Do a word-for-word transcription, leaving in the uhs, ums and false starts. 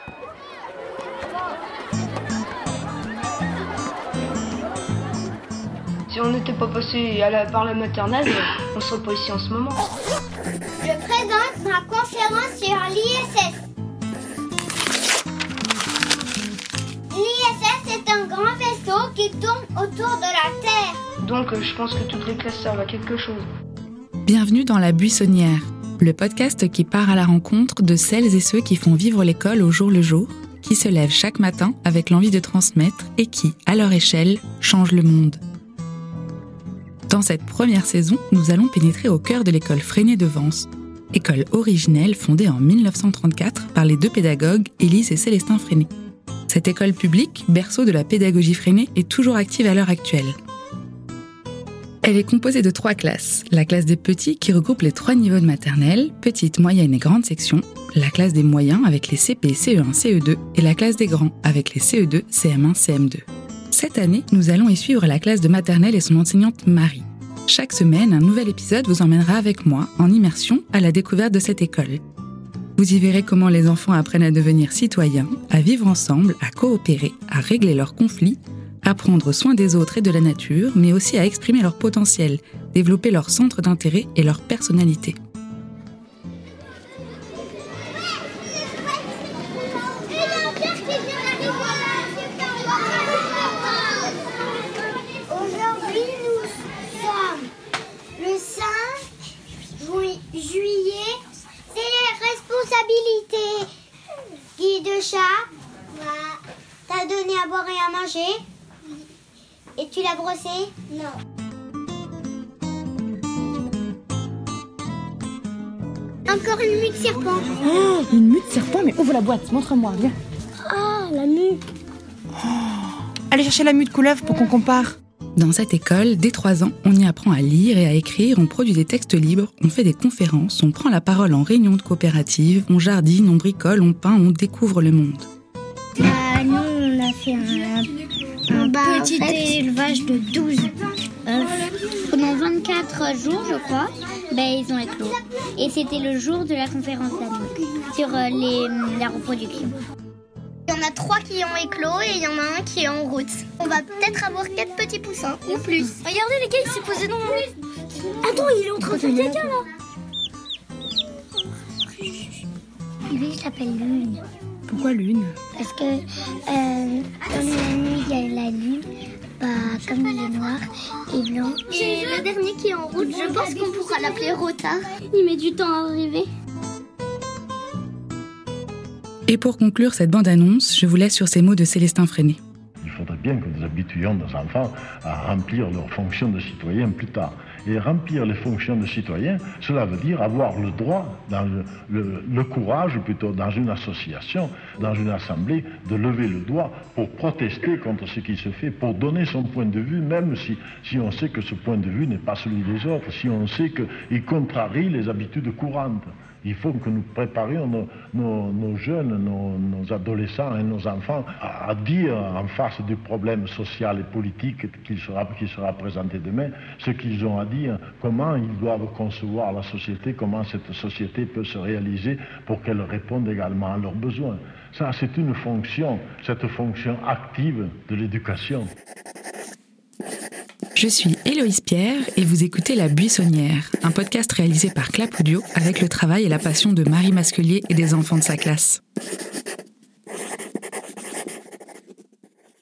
Si on n'était pas passé à la, par la maternelle, on serait pas ici en ce moment. Je présente ma conférence sur l'I S S. L'I S S est un grand vaisseau qui tourne autour de la Terre. Donc je pense que toutes les classes servent à quelque chose. Bienvenue dans La Buissonnière, le podcast qui part à la rencontre de celles et ceux qui font vivre l'école au jour le jour, qui se lèvent chaque matin avec l'envie de transmettre et qui, à leur échelle, changent le monde. Dans cette première saison, nous allons pénétrer au cœur de l'école Freinet de Vence, école originelle fondée en dix-neuf cent trente-quatre par les deux pédagogues Élise et Célestin Freinet. Cette école publique, berceau de la pédagogie Freinet, est toujours active à l'heure actuelle. Elle est composée de trois classes. La classe des petits qui regroupe les trois niveaux de maternelle, petite, moyenne et grande section, la classe des moyens avec les C P, C E un, C E deux et la classe des grands avec les C E deux, C M un, C M deux. Cette année, nous allons y suivre la classe de maternelle et son enseignante Marie. Chaque semaine, un nouvel épisode vous emmènera avec moi en immersion à la découverte de cette école. Vous y verrez comment les enfants apprennent à devenir citoyens, à vivre ensemble, à coopérer, à régler leurs conflits, à prendre soin des autres et de la nature, mais aussi à exprimer leur potentiel, développer leur centre d'intérêt et leur personnalité. Juillet, c'est les responsabilités. Guy de chat, bah, t'as donné à boire et à manger. Et tu l'as brossé? Non. Encore une mue de serpent. Oh, une mue de serpent? Mais ouvre la boîte, montre-moi, viens. Oh, la mue. Oh. Allez chercher la mue de couleuvre pour qu'on compare. Dans cette école, dès trois ans, on y apprend à lire et à écrire, on produit des textes libres, on fait des conférences, on prend la parole en réunion de coopérative, on jardine, on bricole, on peint, on découvre le monde. Euh, nous, on a fait un, un bah, petit en fait, élevage de douze œufs. Pendant vingt-quatre jours, je crois, ben, ils ont éclos. Et c'était le jour de la conférence d'année sur euh, les, la reproduction. Il y en a trois qui ont éclos et il y en a un qui est en route. On va peut-être avoir quatre petits poussins ou plus. Regardez les gars, il s'est posé dans mon lit. Attends, il est en train de faire quelqu'un là. Lui, je l'appelle Lune. Pourquoi Lune? Parce que euh, dans la nuit, il y a la lune. Bah, comme il est noir et blanc. Et le dernier qui est en route, je pense qu'on pourra l'appeler Rota. Il met du temps à arriver. Et pour conclure cette bande-annonce, je vous laisse sur ces mots de Célestin Freinet. Il faudrait bien que nous habituions nos enfants à remplir leurs fonctions de citoyens plus tard. Et remplir les fonctions de citoyens, cela veut dire avoir le droit, dans le, le, le courage plutôt, dans une association, dans une assemblée, de lever le doigt pour protester contre ce qui se fait, pour donner son point de vue, même si, si on sait que ce point de vue n'est pas celui des autres, si on sait qu'il contrarie les habitudes courantes. Il faut que nous préparions nos, nos, nos jeunes, nos, nos adolescents et nos enfants à, à dire en face du problème social et politique qui sera, qui sera présenté demain, ce qu'ils ont à dire, comment ils doivent concevoir la société, comment cette société peut se réaliser pour qu'elle réponde également à leurs besoins. Ça, c'est une fonction, cette fonction active de l'éducation. Je suis Héloïse Pierre et vous écoutez La Buissonnière, un podcast réalisé par Clap Audio avec le travail et la passion de Marie Masquelier et des enfants de sa classe.